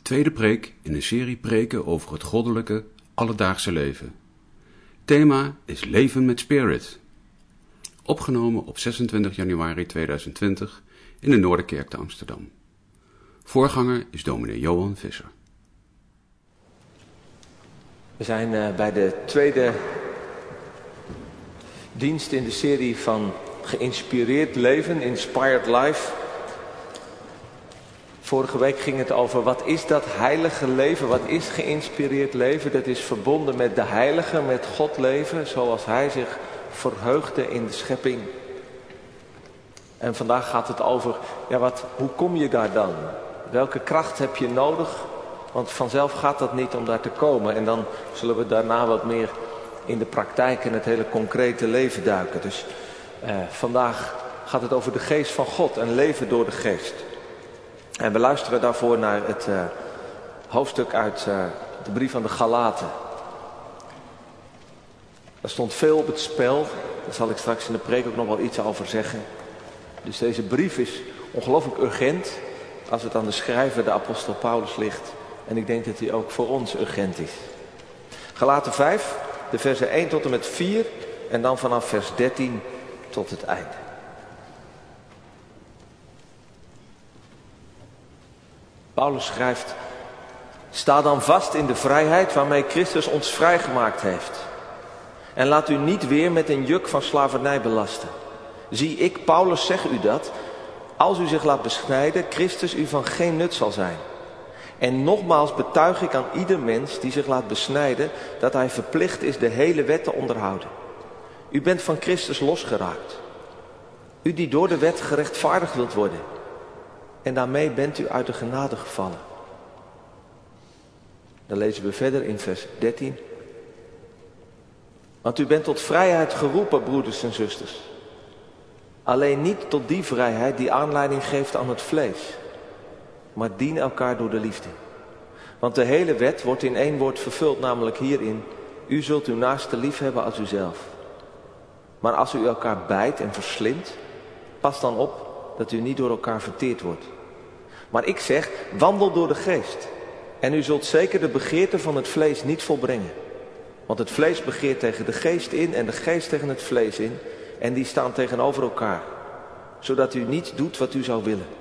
Tweede preek in een serie preken over het goddelijke, alledaagse leven. Thema is Leven met Spirit. Opgenomen op 26 januari 2020 in de Noorderkerk te Amsterdam. Voorganger is dominee Johan Visser. We zijn bij de tweede dienst in de serie van Geïnspireerd Leven, Inspired Life. Vorige week ging het over wat is dat heilige leven, wat is geïnspireerd leven. Dat is verbonden met de heilige, met God leven, zoals hij zich verheugde in de schepping. En vandaag gaat het over, hoe kom je daar dan? Welke kracht heb je nodig? Want vanzelf gaat dat niet om daar te komen. En dan zullen we daarna wat meer in de praktijk en het hele concrete leven duiken. Dus vandaag gaat het over de geest van God en leven door de geest. En we luisteren daarvoor naar het hoofdstuk uit de brief aan de Galaten. Er stond veel op het spel. Daar zal ik straks in de preek ook nog wel iets over zeggen. Dus deze brief is ongelooflijk urgent als het aan de schrijver, de apostel Paulus, ligt. En ik denk dat hij ook voor ons urgent is. Galaten 5, de versen 1 tot en met 4 en dan vanaf vers 13 tot het einde. Paulus schrijft: sta dan vast in de vrijheid waarmee Christus ons vrijgemaakt heeft. En laat u niet weer met een juk van slavernij belasten. Zie, ik, Paulus, zeg u dat, als u zich laat besnijden, Christus u van geen nut zal zijn. En nogmaals betuig ik aan ieder mens die zich laat besnijden, dat hij verplicht is de hele wet te onderhouden. U bent van Christus losgeraakt. U die door de wet gerechtvaardigd wilt worden. En daarmee bent u uit de genade gevallen. Dan lezen we verder in vers 13. Want u bent tot vrijheid geroepen, broeders en zusters. Alleen niet tot die vrijheid die aanleiding geeft aan het vlees. Maar dien elkaar door de liefde. Want de hele wet wordt in één woord vervuld, namelijk hierin: u zult uw naaste lief hebben als uzelf. Maar als u elkaar bijt en verslindt, pas dan op dat u niet door elkaar verteerd wordt. Maar ik zeg, wandel door de geest. En u zult zeker de begeerte van het vlees niet volbrengen. Want het vlees begeert tegen de geest in en de geest tegen het vlees in. En die staan tegenover elkaar. Zodat u niet doet wat u zou willen.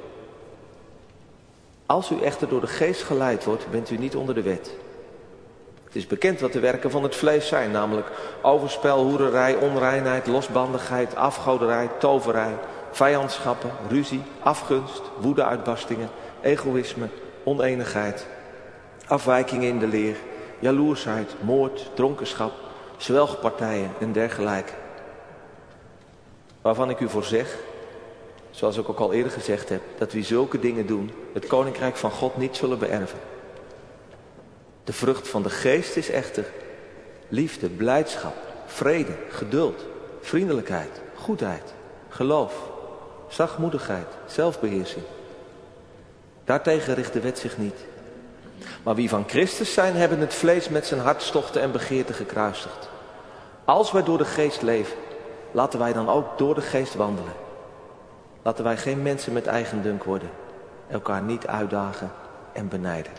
Als u echter door de geest geleid wordt, bent u niet onder de wet. Het is bekend wat de werken van het vlees zijn. Namelijk overspel, hoererij, onreinheid, losbandigheid, afgoderij, toverij, vijandschappen, ruzie, afgunst, woedeuitbarstingen, egoïsme, oneenigheid, afwijkingen in de leer, jaloersheid, moord, dronkenschap, zwelgpartijen en dergelijke. Waarvan ik u voor zeg, zoals ik ook al eerder gezegd heb, dat wie zulke dingen doen, het koninkrijk van God niet zullen beërven. De vrucht van de geest is echter liefde, blijdschap, vrede, geduld, vriendelijkheid, goedheid, geloof, zachtmoedigheid, zelfbeheersing. Daartegen richt de wet zich niet. Maar wie van Christus zijn, hebben het vlees met zijn hartstochten en begeerten gekruisigd. Als wij door de geest leven, laten wij dan ook door de geest wandelen. Laten wij geen mensen met eigendunk worden, elkaar niet uitdagen en benijden.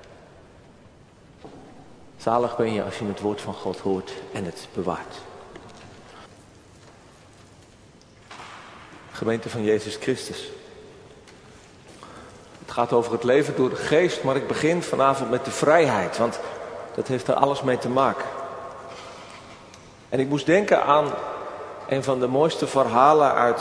Zalig ben je als je het woord van God hoort en het bewaart. Gemeente van Jezus Christus. Het gaat over het leven door de geest, maar ik begin vanavond met de vrijheid, want dat heeft er alles mee te maken. En ik moest denken aan een van de mooiste verhalen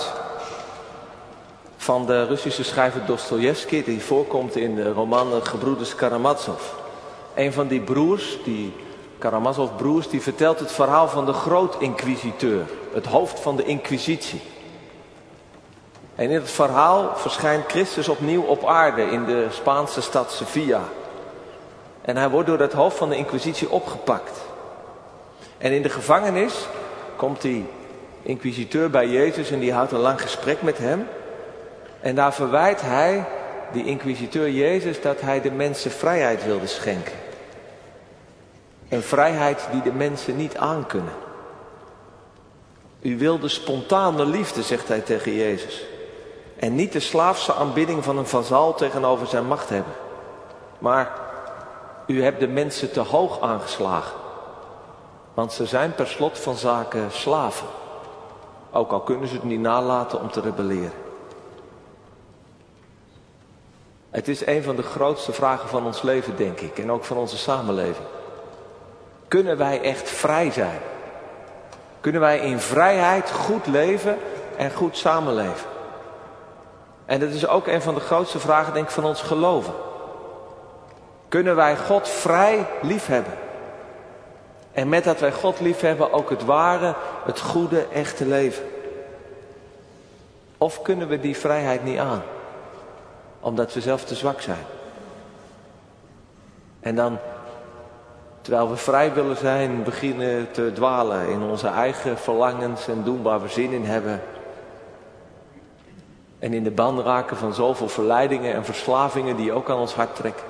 van de Russische schrijver Dostojevski, die voorkomt in de roman De Gebroeders Karamazov. Een van die broers, die Karamazov-broers, die vertelt het verhaal van de groot-inquisiteur, het hoofd van de inquisitie. En in het verhaal verschijnt Christus opnieuw op aarde in de Spaanse stad Sevilla. En hij wordt door het hoofd van de inquisitie opgepakt. En in de gevangenis komt die inquisiteur bij Jezus en die houdt een lang gesprek met hem. En daar verwijt hij, die inquisiteur Jezus, dat hij de mensen vrijheid wilde schenken. Een vrijheid die de mensen niet aankunnen. U wilde spontane liefde, zegt hij tegen Jezus. En niet de slaafse aanbidding van een vazal tegenover zijn machthebber. Maar u hebt de mensen te hoog aangeslagen. Want ze zijn per slot van zaken slaven. Ook al kunnen ze het niet nalaten om te rebelleren. Het is een van de grootste vragen van ons leven, denk ik. En ook van onze samenleving. Kunnen wij echt vrij zijn? Kunnen wij in vrijheid goed leven en goed samenleven? En dat is ook een van de grootste vragen, denk ik, van ons geloven. Kunnen wij God vrij liefhebben? En met dat wij God liefhebben ook het ware, het goede, echte leven? Of kunnen we die vrijheid niet aan? Omdat we zelf te zwak zijn. En dan, terwijl we vrij willen zijn, beginnen te dwalen in onze eigen verlangens en doen waar we zin in hebben. En in de ban raken van zoveel verleidingen en verslavingen die ook aan ons hart trekken.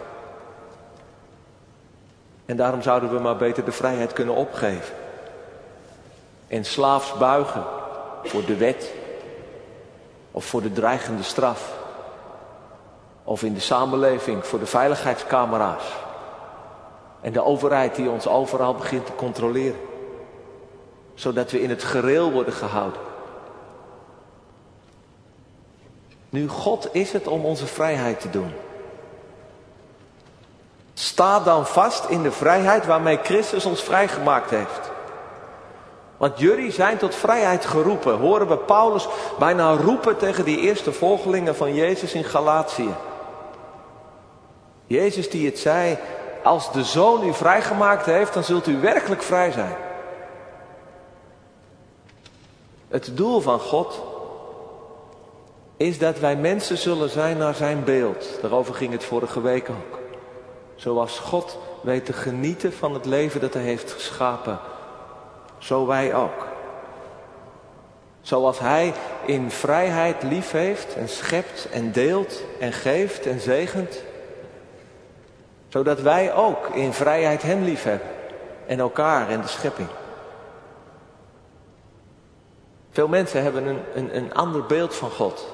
En daarom zouden we maar beter de vrijheid kunnen opgeven. En slaafs buigen voor de wet. Of voor de dreigende straf. Of in de samenleving voor de veiligheidscamera's. En de overheid die ons overal begint te controleren. Zodat we in het gereel worden gehouden. Nu, God is het om onze vrijheid te doen. Sta dan vast in de vrijheid waarmee Christus ons vrijgemaakt heeft. Want jullie zijn tot vrijheid geroepen. Horen we Paulus bijna roepen tegen die eerste volgelingen van Jezus in Galatië. Jezus die het zei, als de Zoon u vrijgemaakt heeft, dan zult u werkelijk vrij zijn. Het doel van God is dat wij mensen zullen zijn naar zijn beeld. Daarover ging het vorige week ook. Zoals God weet te genieten van het leven dat hij heeft geschapen. Zo wij ook. Zoals hij in vrijheid lief heeft en schept en deelt en geeft en zegent. Zodat wij ook in vrijheid hem lief hebben. En elkaar en de schepping. Veel mensen hebben een ander beeld van God.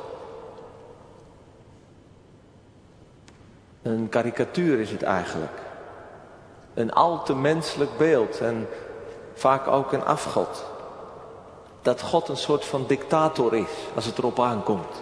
Een karikatuur is het eigenlijk. Een al te menselijk beeld en vaak ook een afgod. Dat God een soort van dictator is als het erop aankomt.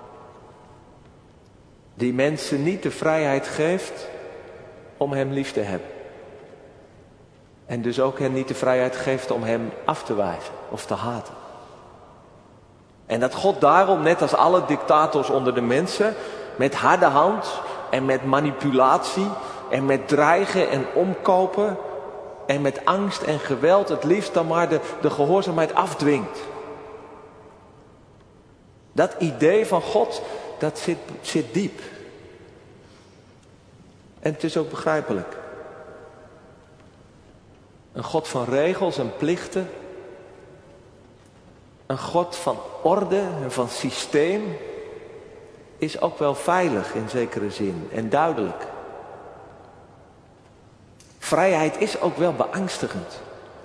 Die mensen niet de vrijheid geeft om hem lief te hebben. En dus ook hen niet de vrijheid geeft om hem af te wijzen of te haten. En dat God daarom, net als alle dictators onder de mensen, met harde hand en met manipulatie en met dreigen en omkopen en met angst en geweld het liefst dan maar de gehoorzaamheid afdwingt. Dat idee van God, dat zit diep. En het is ook begrijpelijk. Een God van regels en plichten. Een God van orde en van systeem is ook wel veilig in zekere zin en duidelijk. Vrijheid is ook wel beangstigend.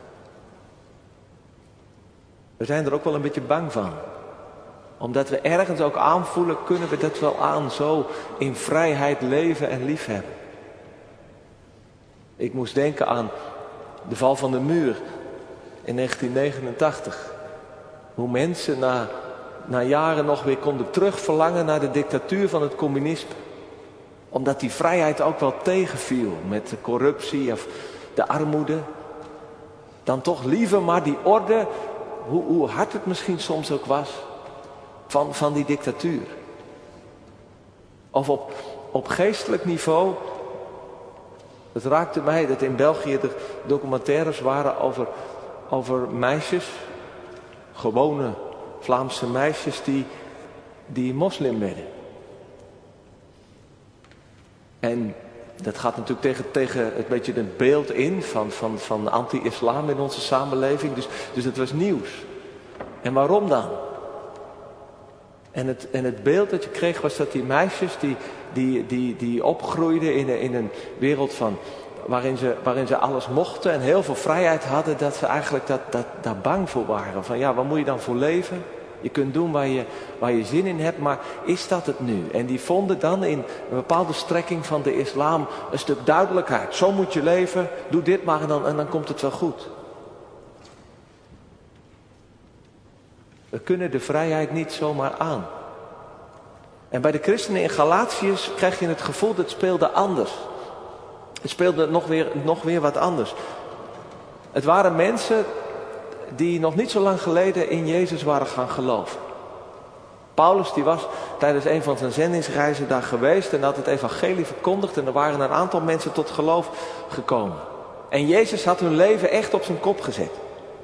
We zijn er ook wel een beetje bang van. Omdat we ergens ook aanvoelen, kunnen we dat wel aan zo in vrijheid leven en liefhebben. Ik moest denken aan de val van de muur in 1989. Hoe mensen na jaren nog weer konden terugverlangen naar de dictatuur van het communisme. Omdat die vrijheid ook wel tegenviel met de corruptie of de armoede. Dan toch liever maar die orde, hoe hard het misschien soms ook was, van die dictatuur. Of op geestelijk niveau, het raakte mij dat in België er documentaires waren over meisjes, gewone Vlaamse meisjes die moslim werden. En dat gaat natuurlijk tegen het beetje het beeld in van anti-islam in onze samenleving. Dus het was nieuws. En waarom dan? En het beeld dat je kreeg was dat die meisjes die opgroeiden in een wereld waarin ze alles mochten en heel veel vrijheid hadden, dat ze eigenlijk daar bang voor waren. Van ja, waar moet je dan voor leven? Je kunt doen waar je zin in hebt, maar is dat het nu? En die vonden dan in een bepaalde strekking van de islam een stuk duidelijkheid. Zo moet je leven, doe dit maar en dan komt het wel goed. We kunnen de vrijheid niet zomaar aan. En bij de christenen in Galatiërs krijg je het gevoel dat het speelde anders. Het speelde nog weer wat anders. Het waren mensen die nog niet zo lang geleden in Jezus waren gaan geloven. Paulus die was tijdens een van zijn zendingsreizen daar geweest en had het evangelie verkondigd en er waren een aantal mensen tot geloof gekomen. En Jezus had hun leven echt op zijn kop gezet.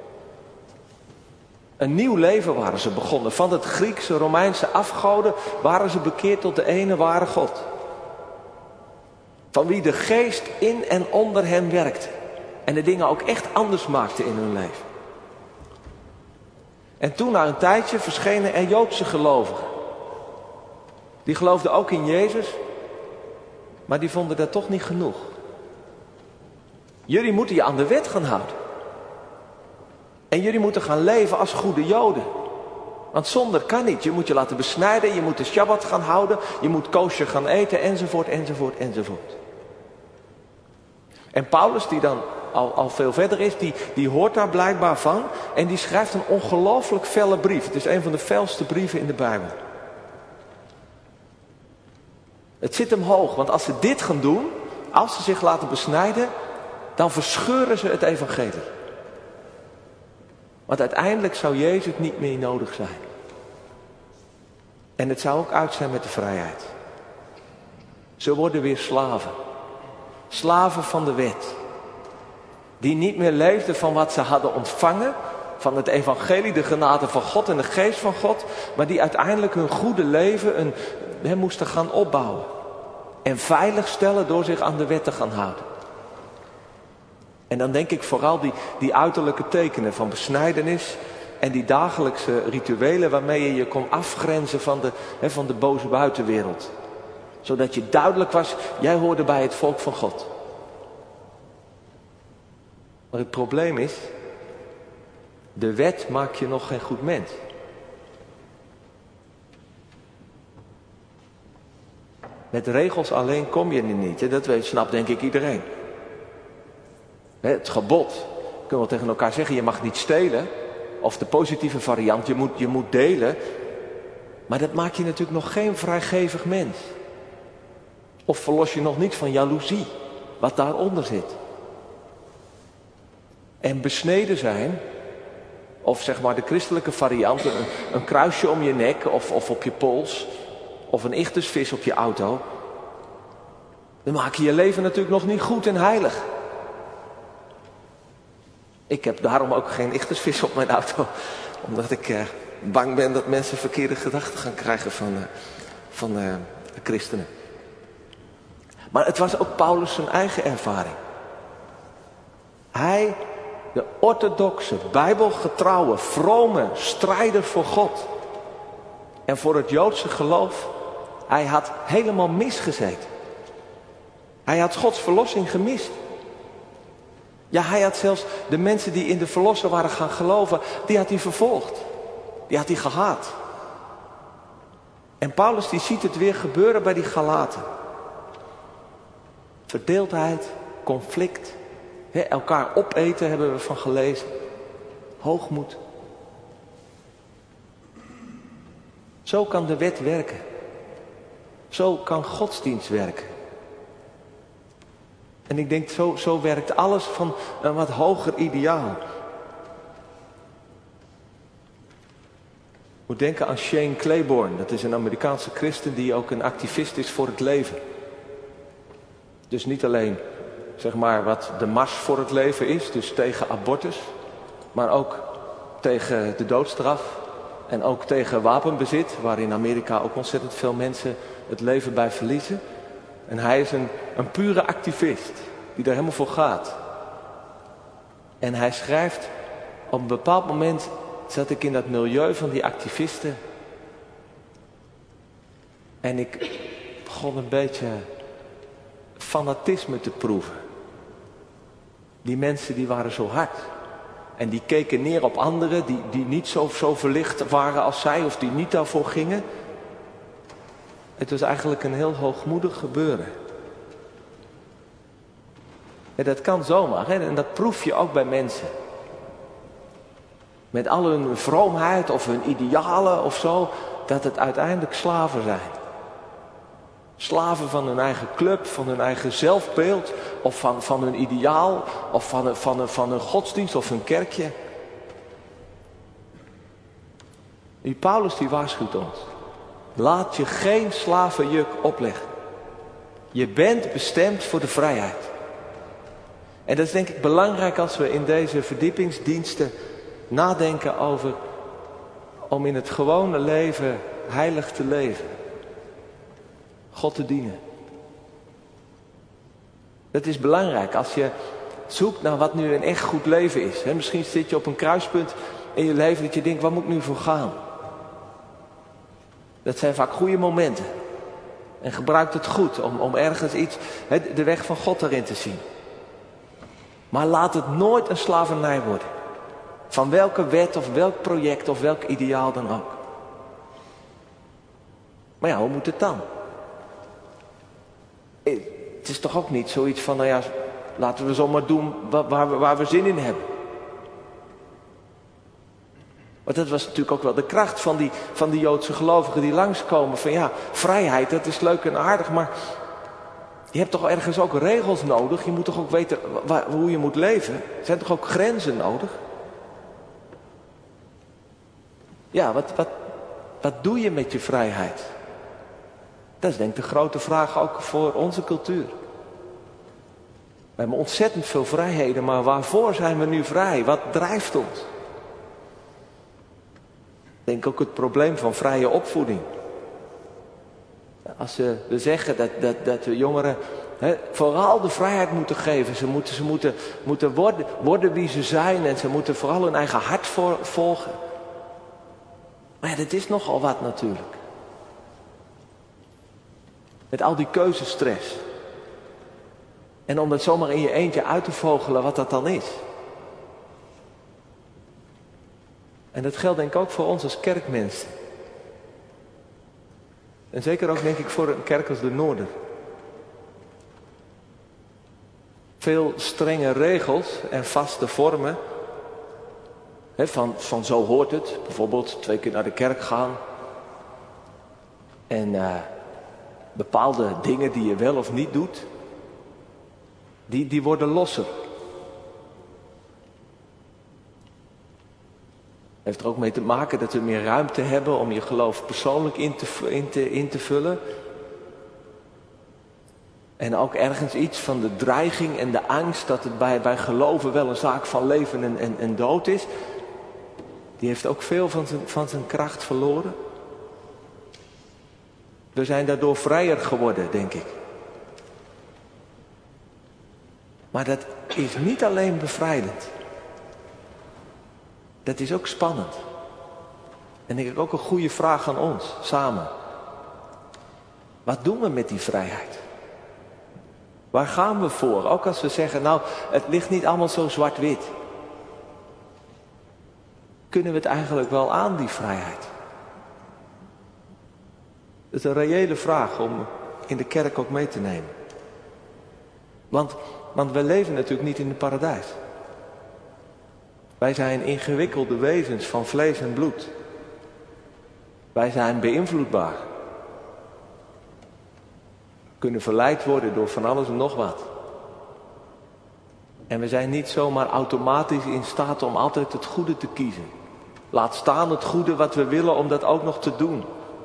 Een nieuw leven waren ze begonnen. Van het Griekse, Romeinse afgoden waren ze bekeerd tot de ene ware God. Van wie de geest in en onder hen werkte. En de dingen ook echt anders maakte in hun leven. En toen na een tijdje verschenen er Joodse gelovigen. Die geloofden ook in Jezus. Maar die vonden dat toch niet genoeg. Jullie moeten je aan de wet gaan houden. En jullie moeten gaan leven als goede Joden. Want zonder kan niet. Je moet je laten besnijden. Je moet de Shabbat gaan houden. Je moet kosher gaan eten. Enzovoort, enzovoort, enzovoort. En Paulus die dan al veel verder is. Die hoort daar blijkbaar van. En die schrijft een ongelooflijk felle brief. Het is een van de felste brieven in de Bijbel. Het zit hem hoog. Want als ze dit gaan doen. Als ze zich laten besnijden. Dan verscheuren ze het evangelie. Want uiteindelijk zou Jezus niet meer nodig zijn. En het zou ook uit zijn met de vrijheid. Ze worden weer slaven. Slaven van de wet. Die niet meer leefden van wat ze hadden ontvangen. Van het evangelie, de genade van God en de geest van God. Maar die uiteindelijk hun goede leven moesten gaan opbouwen. En veilig stellen door zich aan de wet te gaan houden. En dan denk ik vooral die uiterlijke tekenen van besnijdenis en die dagelijkse rituelen waarmee je je kon afgrenzen van de boze buitenwereld. Zodat je duidelijk was, jij hoorde bij het volk van God. Maar het probleem is, de wet maakt je nog geen goed mens. Met regels alleen kom je er niet. En dat snapt denk ik iedereen. Het gebod. We kunnen wel tegen elkaar zeggen, je mag niet stelen. Of de positieve variant, je moet delen. Maar dat maakt je natuurlijk nog geen vrijgevig mens. Of verlos je nog niet van jaloezie. Wat daaronder zit. En besneden zijn. Of zeg maar de christelijke variant. Een kruisje om je nek of op je pols. Of een ichthusvis op je auto. Dan maak je je leven natuurlijk nog niet goed en heilig. Ik heb daarom ook geen ichthusvis op mijn auto. Omdat ik bang ben dat mensen verkeerde gedachten gaan krijgen van christenen. Maar het was ook Paulus zijn eigen ervaring. Hij, de orthodoxe, bijbelgetrouwe, vrome strijder voor God. En voor het Joodse geloof. Hij had helemaal misgezeten. Hij had Gods verlossing gemist. Ja, hij had zelfs de mensen die in de verlosser waren gaan geloven, die had hij vervolgd. Die had hij gehaat. En Paulus die ziet het weer gebeuren bij die Galaten. Verdeeldheid, conflict, elkaar opeten hebben we van gelezen. Hoogmoed. Zo kan de wet werken. Zo kan godsdienst werken. En ik denk, zo werkt alles van een wat hoger ideaal. Ik moet denken aan Shane Claiborne. Dat is een Amerikaanse christen die ook een activist is voor het leven. Dus niet alleen, zeg maar, wat de mars voor het leven is. Dus tegen abortus. Maar ook tegen de doodstraf. En ook tegen wapenbezit. Waar in Amerika ook ontzettend veel mensen het leven bij verliezen. En hij is een pure activist. Die daar helemaal voor gaat. En hij schrijft. Op een bepaald moment zat ik in dat milieu van die activisten. En ik begon een beetje fanatisme te proeven. Die mensen die waren zo hard. En die keken neer op anderen die niet zo verlicht waren als zij of die niet daarvoor gingen. Het was eigenlijk een heel hoogmoedig gebeuren. En dat kan zomaar, hè? En dat proef je ook bij mensen. Met al hun vroomheid of hun idealen of zo, dat het uiteindelijk slaven zijn. Slaven van hun eigen club, van hun eigen zelfbeeld, of van hun ideaal, of van hun godsdienst of hun kerkje. Die Paulus die waarschuwt ons. Laat je geen slavenjuk opleggen. Je bent bestemd voor de vrijheid. En dat is denk ik belangrijk als we in deze verdiepingsdiensten nadenken over om in het gewone leven heilig te leven. God te dienen. Dat is belangrijk als je zoekt naar wat nu een echt goed leven is. Misschien zit je op een kruispunt in je leven dat je denkt, waar moet ik nu voor gaan? Dat zijn vaak goede momenten. En gebruik het goed om ergens iets, de weg van God erin te zien. Maar laat het nooit een slavernij worden. Van welke wet of welk project of welk ideaal dan ook. Maar ja, hoe moet het dan? Het is toch ook niet zoiets van, nou ja, laten we zomaar doen waar we zin in hebben. Want dat was natuurlijk ook wel de kracht van die Joodse gelovigen die langskomen. Van ja, vrijheid, dat is leuk en aardig, maar je hebt toch ergens ook regels nodig. Je moet toch ook weten hoe je moet leven. Er zijn toch ook grenzen nodig? Ja, wat doe je met je vrijheid? Dat is denk ik de grote vraag ook voor onze cultuur. We hebben ontzettend veel vrijheden, maar waarvoor zijn we nu vrij? Wat drijft ons? Ik denk ook het probleem van vrije opvoeding. Als we zeggen dat we jongeren vooral de vrijheid moeten geven. Ze moeten worden wie ze zijn en ze moeten vooral hun eigen hart volgen. Maar ja, dat is nogal wat natuurlijk. Met al die keuzestress. En om dat zomaar in je eentje uit te vogelen wat dat dan is. En dat geldt denk ik ook voor ons als kerkmensen. En zeker ook denk ik voor een kerk als de Noorder. Veel strenge regels en vaste vormen. Van zo hoort het. Bijvoorbeeld 2 keer naar de kerk gaan. En bepaalde dingen die je wel of niet doet. Die worden losser. Heeft er ook mee te maken dat we meer ruimte hebben om je geloof persoonlijk in te vullen. En ook ergens iets van de dreiging en de angst dat het bij geloven wel een zaak van leven en dood is. Die heeft ook veel van zijn kracht verloren. We zijn daardoor vrijer geworden, denk ik. Maar dat is niet alleen bevrijdend. Dat is ook spannend. En denk ik ook een goede vraag aan ons, samen. Wat doen we met die vrijheid? Waar gaan we voor? Ook als we zeggen, nou, het ligt niet allemaal zo zwart-wit. Kunnen we het eigenlijk wel aan, die vrijheid? Dat is een reële vraag om in de kerk ook mee te nemen. Want we leven natuurlijk niet in het paradijs. Wij zijn ingewikkelde wezens van vlees en bloed. Wij zijn beïnvloedbaar. Kunnen verleid worden door van alles en nog wat. En we zijn niet zomaar automatisch in staat om altijd het goede te kiezen. Laat staan het goede wat we willen om dat ook nog te doen.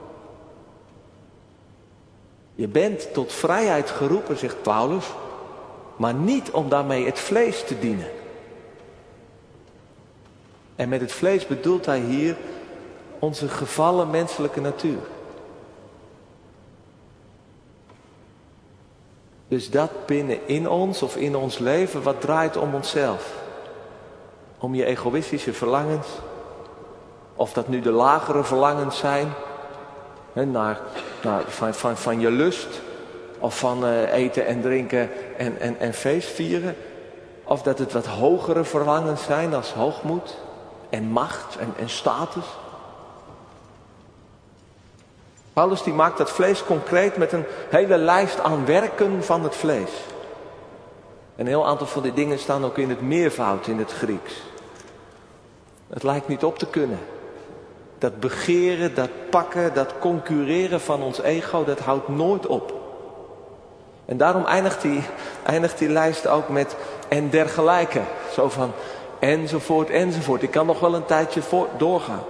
Je bent tot vrijheid geroepen, zegt Paulus, maar niet om daarmee het vlees te dienen. En met het vlees bedoelt hij hier onze gevallen menselijke natuur. Dus dat binnenin ons of in ons leven wat draait om onszelf. Om je egoïstische verlangens. Of dat nu de lagere verlangens zijn. Van je lust. Of van eten en drinken en feest vieren. Of dat het wat hogere verlangens zijn als hoogmoed en macht en status. Paulus die maakt dat vlees concreet met een hele lijst aan werken van het vlees. Een heel aantal van die dingen staan ook in het meervoud in het Grieks. Het lijkt niet op te kunnen. Dat begeren, dat pakken, dat concurreren van ons ego, dat houdt nooit op. En daarom eindigt die lijst ook met en dergelijke. Zo van enzovoort, enzovoort. Ik kan nog wel een tijdje doorgaan.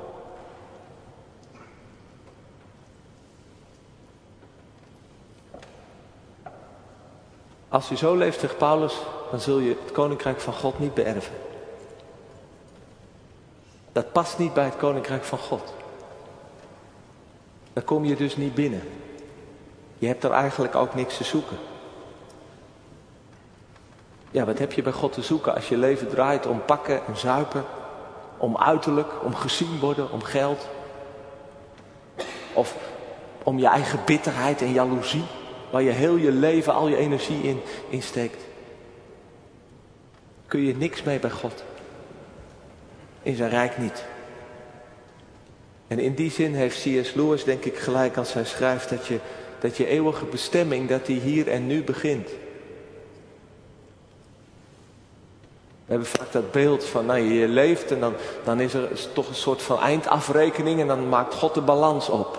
Als je zo leeft, zegt Paulus, dan zul je het koninkrijk van God niet beërven. Dat past niet bij het koninkrijk van God. Daar kom je dus niet binnen. Je hebt er eigenlijk ook niks te zoeken. Ja, wat heb je bij God te zoeken als je leven draait om pakken en zuipen, om uiterlijk, om gezien worden, om geld? Of om je eigen bitterheid en jaloezie, waar je heel je leven, al je energie in steekt? Kun je niks mee bij God. In zijn rijk niet. En in die zin heeft C.S. Lewis denk ik gelijk als hij schrijft dat je eeuwige bestemming, dat die hier en nu begint. We hebben vaak dat beeld van, je leeft en dan is er toch een soort van eindafrekening en dan maakt God de balans op.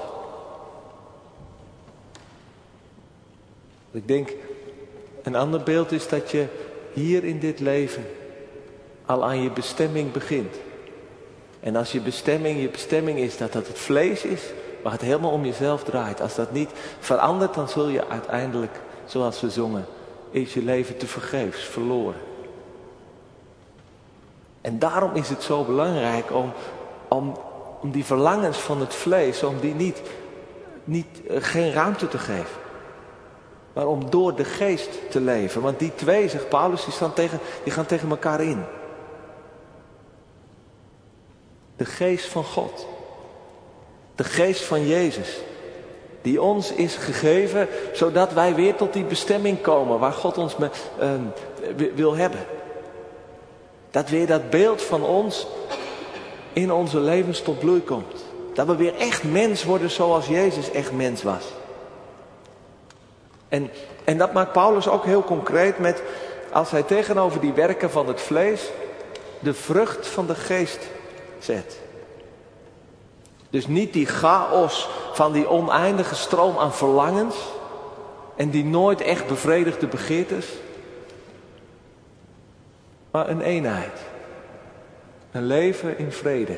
Ik denk, een ander beeld is dat je hier in dit leven al aan je bestemming begint. En als je bestemming is dat het vlees is, waar het helemaal om jezelf draait. Als dat niet verandert, dan zul je uiteindelijk, zoals we zongen, is je leven tevergeefs verloren. En daarom is het zo belangrijk om die verlangens van het vlees, om die geen ruimte te geven. Maar om door de geest te leven. Want die twee, zegt Paulus, die gaan tegen elkaar in. De geest van God. De geest van Jezus. Die ons is gegeven, zodat wij weer tot die bestemming komen waar God ons wil hebben. Dat weer dat beeld van ons in onze levens tot bloei komt. Dat we weer echt mens worden zoals Jezus echt mens was. En dat maakt Paulus ook heel concreet met, als hij tegenover die werken van het vlees de vrucht van de geest zet. Dus niet die chaos van die oneindige stroom aan verlangens en die nooit echt bevredigde begeertes, maar een eenheid. Een leven in vrede.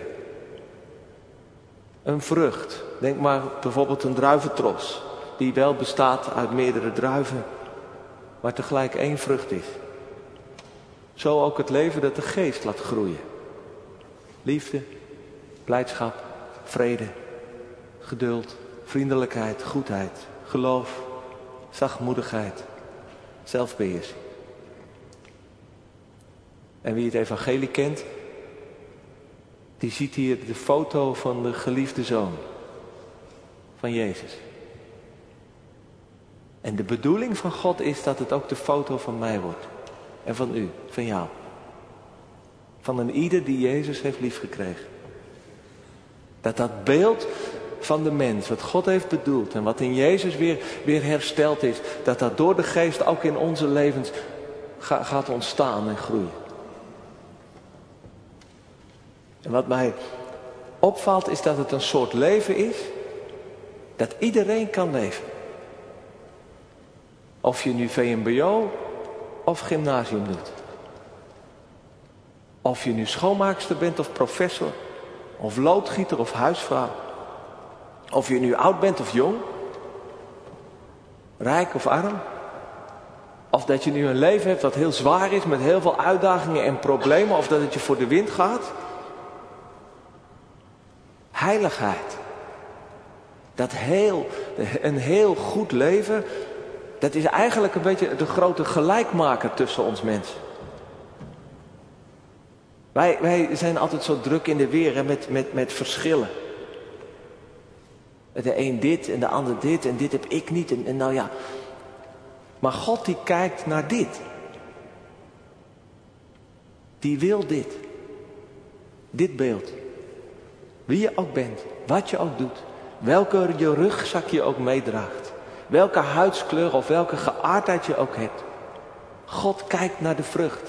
Een vrucht. Denk maar bijvoorbeeld een druiventros. Die wel bestaat uit meerdere druiven. Maar tegelijk één vrucht is. Zo ook het leven dat de geest laat groeien. Liefde, blijdschap, vrede, geduld, vriendelijkheid, goedheid, geloof, zachtmoedigheid, zelfbeheersing. En wie het evangelie kent, die ziet hier de foto van de geliefde zoon van Jezus. En de bedoeling van God is dat het ook de foto van mij wordt. En van u, van jou. Van een ieder die Jezus heeft liefgekregen. Dat beeld van de mens, wat God heeft bedoeld en wat in Jezus weer hersteld is, dat door de geest ook in onze levens gaat ontstaan en groeien. En wat mij opvalt is dat het een soort leven is dat iedereen kan leven. Of je nu VMBO of gymnasium doet. Of je nu schoonmaakster bent of professor. Of loodgieter of huisvrouw. Of je nu oud bent of jong. Rijk of arm. Of dat je nu een leven hebt wat heel zwaar is met heel veel uitdagingen en problemen. Of dat het je voor de wind gaat. Heiligheid. Een heel goed leven. Dat is eigenlijk een beetje de grote gelijkmaker tussen ons mensen. Wij zijn altijd zo druk in de weer hè, met verschillen. De een dit en de ander dit en dit heb ik niet. En nou ja. Maar God die kijkt naar dit. die wil dit. Dit beeld. Wie je ook bent, wat je ook doet, welke je rugzak je ook meedraagt, welke huidskleur of welke geaardheid je ook hebt. God kijkt naar de vrucht.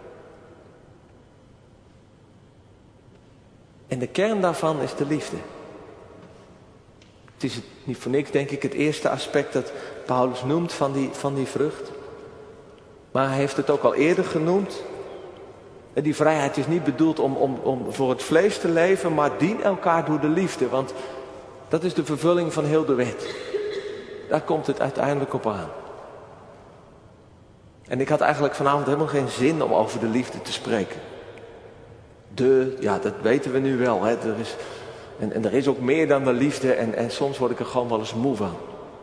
En de kern daarvan is de liefde. Het is niet voor niks, denk ik, het eerste aspect dat Paulus noemt van die vrucht. Maar hij heeft het ook al eerder genoemd. En die vrijheid is niet bedoeld om voor het vlees te leven, maar dien elkaar door de liefde. Want dat is de vervulling van heel de wet. Daar komt het uiteindelijk op aan. En ik had eigenlijk vanavond helemaal geen zin om over de liefde te spreken. Dat weten we nu wel. Hè. Er is ook meer dan de liefde en soms word ik er gewoon wel eens moe van.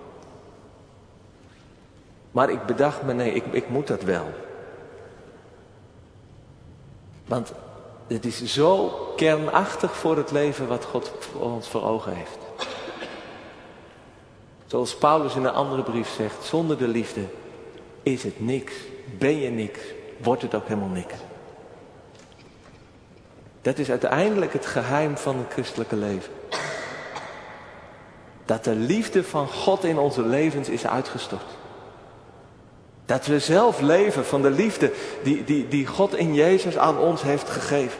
Maar ik bedacht me, nee, ik moet dat wel. Want het is zo kernachtig voor het leven wat God ons voor ogen heeft. Zoals Paulus in een andere brief zegt, zonder de liefde is het niks, ben je niks, wordt het ook helemaal niks. Dat is uiteindelijk het geheim van het christelijke leven. Dat de liefde van God in onze levens is uitgestort. Dat we zelf leven van de liefde die God in Jezus aan ons heeft gegeven.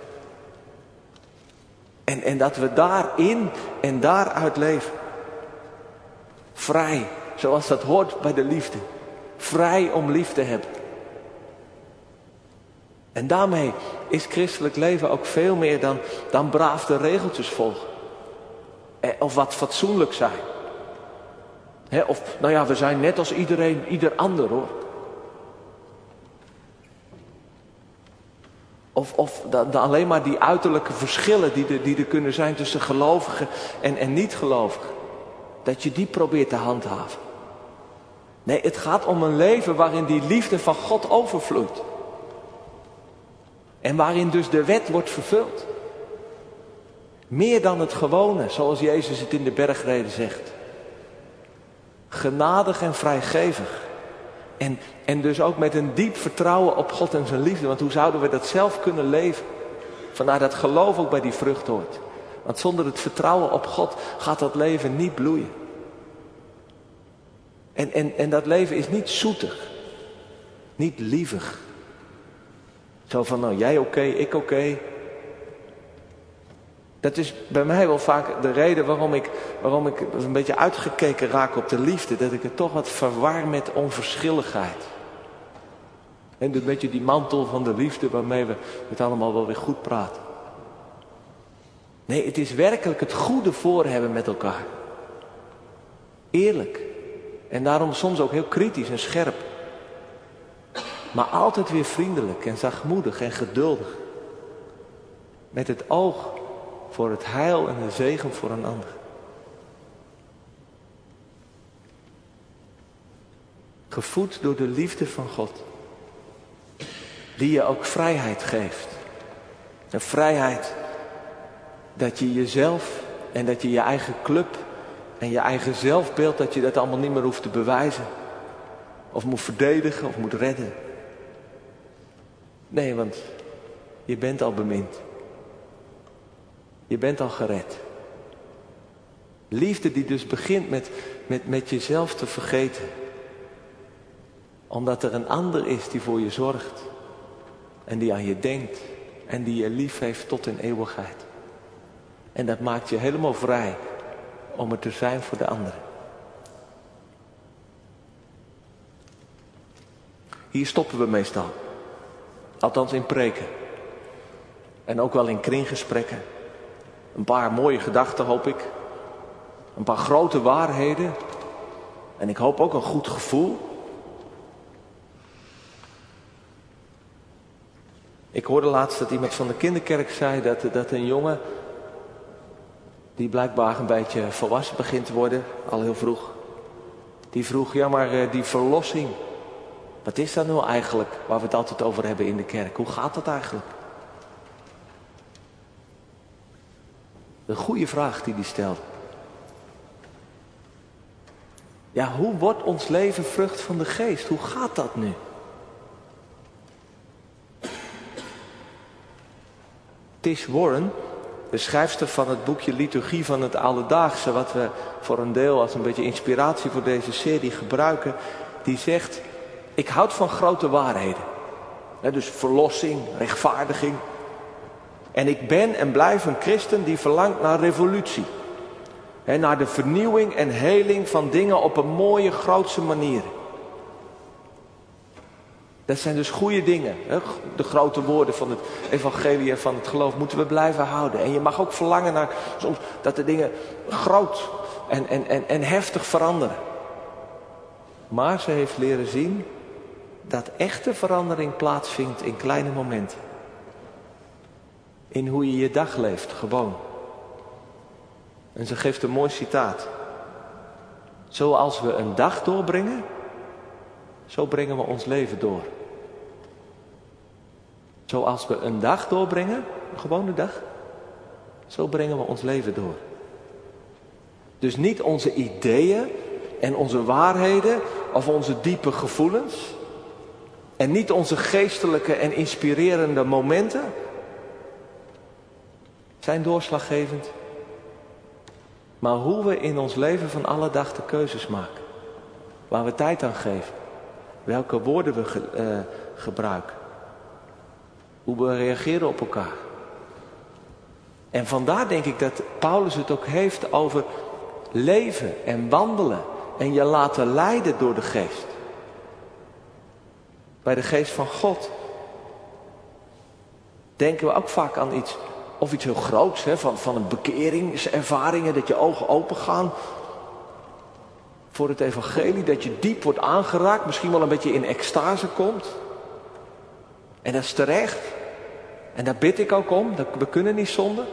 En dat we daarin en daaruit leven. Vrij, zoals dat hoort bij de liefde. Vrij om lief te hebben. En daarmee is christelijk leven ook veel meer dan braaf de regeltjes volgen. Of wat fatsoenlijk zijn. We zijn net als ieder ander hoor. Of alleen maar die uiterlijke verschillen die er kunnen zijn tussen gelovigen en niet-gelovigen. Dat je die probeert te handhaven. Nee, het gaat om een leven waarin die liefde van God overvloeit. En waarin dus de wet wordt vervuld. Meer dan het gewone, zoals Jezus het in de bergreden zegt. Genadig en vrijgevig. En dus ook met een diep vertrouwen op God en zijn liefde. Want hoe zouden we dat zelf kunnen leven? Vandaar dat geloof ook bij die vrucht hoort. Want zonder het vertrouwen op God gaat dat leven niet bloeien. En dat leven is niet zoetig. Niet lievig. Zo van, jij oké, ik oké. Dat is bij mij wel vaak de reden waarom ik een beetje uitgekeken raak op de liefde. Dat ik het toch wat verwar met onverschilligheid. En een beetje die mantel van de liefde waarmee we het allemaal wel weer goed praten. Nee, het is werkelijk het goede voor hebben met elkaar. Eerlijk. En daarom soms ook heel kritisch en scherp. Maar altijd weer vriendelijk en zachtmoedig en geduldig. Met het oog voor het heil en de zegen voor een ander. Gevoed door de liefde van God. Die je ook vrijheid geeft. Een vrijheid dat je jezelf en dat je je eigen club en je eigen zelfbeeld, dat je dat allemaal niet meer hoeft te bewijzen. Of moet verdedigen of moet redden. Nee, want je bent al bemind. Je bent al gered. Liefde die dus begint met jezelf te vergeten. Omdat er een ander is die voor je zorgt. En die aan je denkt. En die je lief heeft tot in eeuwigheid. En dat maakt je helemaal vrij om er te zijn voor de anderen. Hier stoppen we meestal. Althans in preken. En ook wel in kringgesprekken. Een paar mooie gedachten hoop ik. Een paar grote waarheden. En ik hoop ook een goed gevoel. Ik hoorde laatst dat iemand van de kinderkerk zei dat een jongen, die blijkbaar een beetje volwassen begint te worden, al heel vroeg. Die vroeg, ja maar die verlossing, wat is dat nou eigenlijk waar we het altijd over hebben in de kerk? Hoe gaat dat eigenlijk? Een goede vraag die stelde. Ja, hoe wordt ons leven vrucht van de geest? Hoe gaat dat nu? Tish Warren, de schrijfster van het boekje Liturgie van het Alledaagse, wat we voor een deel als een beetje inspiratie voor deze serie gebruiken, die zegt: ik houd van grote waarheden. Dus verlossing, rechtvaardiging. En ik ben en blijf een christen die verlangt naar revolutie. Naar de vernieuwing en heling van dingen op een mooie, grootse manier. Dat zijn dus goede dingen. De grote woorden van het evangelie en van het geloof moeten we blijven houden. En je mag ook verlangen naar soms dat de dingen groot en heftig veranderen. Maar ze heeft leren zien dat echte verandering plaatsvindt in kleine momenten. In hoe je je dag leeft, gewoon. En ze geeft een mooi citaat. Zoals we een dag doorbrengen, zo brengen we ons leven door. Zoals we een dag doorbrengen, een gewone dag, zo brengen we ons leven door. Dus niet onze ideeën en onze waarheden of onze diepe gevoelens. En niet onze geestelijke en inspirerende momenten zijn doorslaggevend. Maar hoe we in ons leven van alle dag de keuzes maken. Waar we tijd aan geven. Welke woorden we gebruiken. Hoe we reageren op elkaar. En vandaar denk ik dat Paulus het ook heeft over leven en wandelen. En je laten leiden door de geest. Bij de geest van God denken we ook vaak aan iets. Of iets heel groots, van een bekeringservaringen, dat je ogen open gaan voor het evangelie, dat je diep wordt aangeraakt, misschien wel een beetje in extase komt. En dat is terecht. En daar bid ik ook om, we kunnen niet zonder.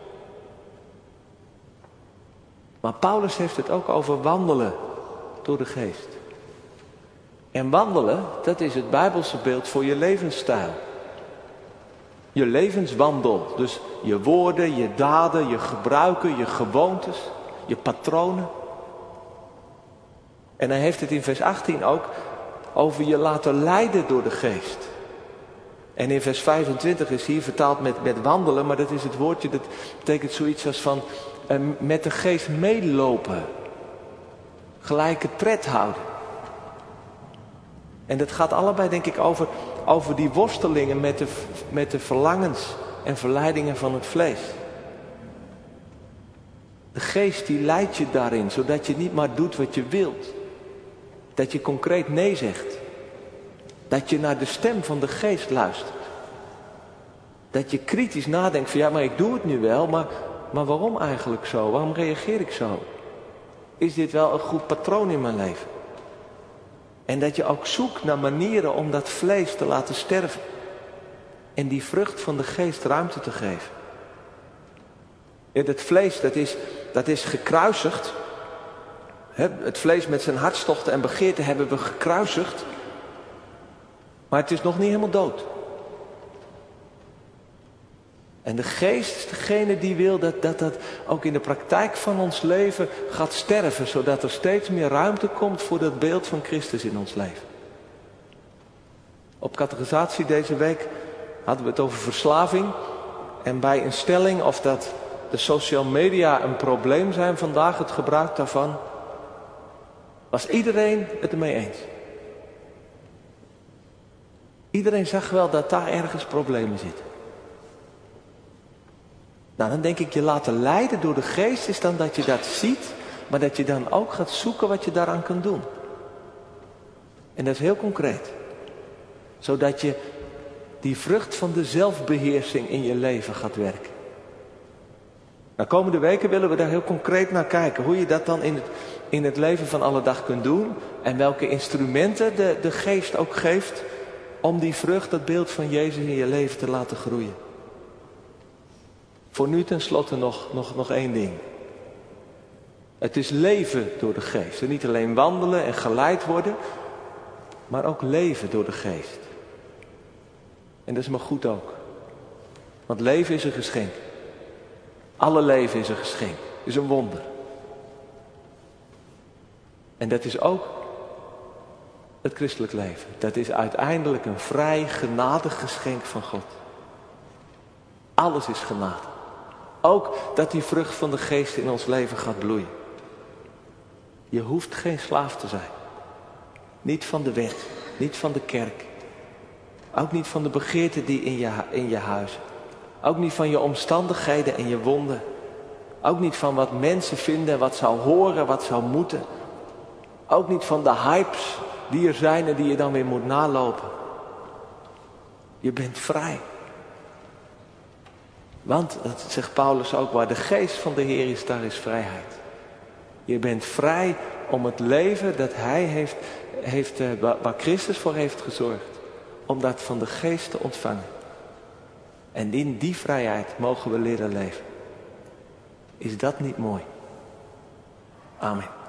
Maar Paulus heeft het ook over wandelen door de geest. En wandelen, dat is het Bijbelse beeld voor je levensstijl. Je levenswandel, dus je woorden, je daden, je gebruiken, je gewoontes, je patronen. En hij heeft het in vers 18 ook over je laten leiden door de geest. En in vers 25 is hier vertaald met wandelen, maar dat is het woordje, dat betekent zoiets als van met de geest meelopen. Gelijke tred houden. En dat gaat allebei denk ik over die worstelingen met de verlangens en verleidingen van het vlees. De geest die leidt je daarin, zodat je niet maar doet wat je wilt. Dat je concreet nee zegt. Dat je naar de stem van de geest luistert. Dat je kritisch nadenkt van ja, maar ik doe het nu wel, maar waarom eigenlijk zo? Waarom reageer ik zo? Is dit wel een goed patroon in mijn leven? En dat je ook zoekt naar manieren om dat vlees te laten sterven. En die vrucht van de geest ruimte te geven. Ja, dat vlees, dat is gekruisigd. Het vlees met zijn hartstochten en begeerten hebben we gekruisigd. Maar het is nog niet helemaal dood. En de geest is degene die wil dat ook in de praktijk van ons leven gaat sterven. Zodat er steeds meer ruimte komt voor dat beeld van Christus in ons leven. Op catechisatie deze week hadden we het over verslaving. En bij een stelling of dat de social media een probleem zijn vandaag, het gebruik daarvan, was iedereen het ermee eens. Iedereen zag wel dat daar ergens problemen zitten. Nou, dan denk ik, je laten leiden door de geest is dan dat je dat ziet, maar dat je dan ook gaat zoeken wat je daaraan kan doen. En dat is heel concreet. Zodat je die vrucht van de zelfbeheersing in je leven gaat werken. Nou, komende weken willen we daar heel concreet naar kijken. Hoe je dat dan in het leven van alle dag kunt doen. En welke instrumenten de geest ook geeft om die vrucht, dat beeld van Jezus in je leven te laten groeien. Voor nu tenslotte nog één ding. Het is leven door de geest. En niet alleen wandelen en geleid worden, maar ook leven door de geest. En dat is maar goed ook. Want leven is een geschenk. Alle leven is een geschenk. Is een wonder. En dat is ook het christelijk leven. Dat is uiteindelijk een vrij genadig geschenk van God. Alles is genade. Ook dat die vrucht van de geest in ons leven gaat bloeien. Je hoeft geen slaaf te zijn. Niet van de wet, niet van de kerk. Ook niet van de begeerten die in je huizen. Ook niet van je omstandigheden en je wonden. Ook niet van wat mensen vinden, wat zou horen, wat zou moeten. Ook niet van de hypes die er zijn en die je dan weer moet nalopen. Je bent vrij. Want, dat zegt Paulus ook, waar de geest van de Heer is, daar is vrijheid. Je bent vrij om het leven dat hij waar Christus voor heeft gezorgd, om dat van de geest te ontvangen. En in die vrijheid mogen we leren leven. Is dat niet mooi? Amen.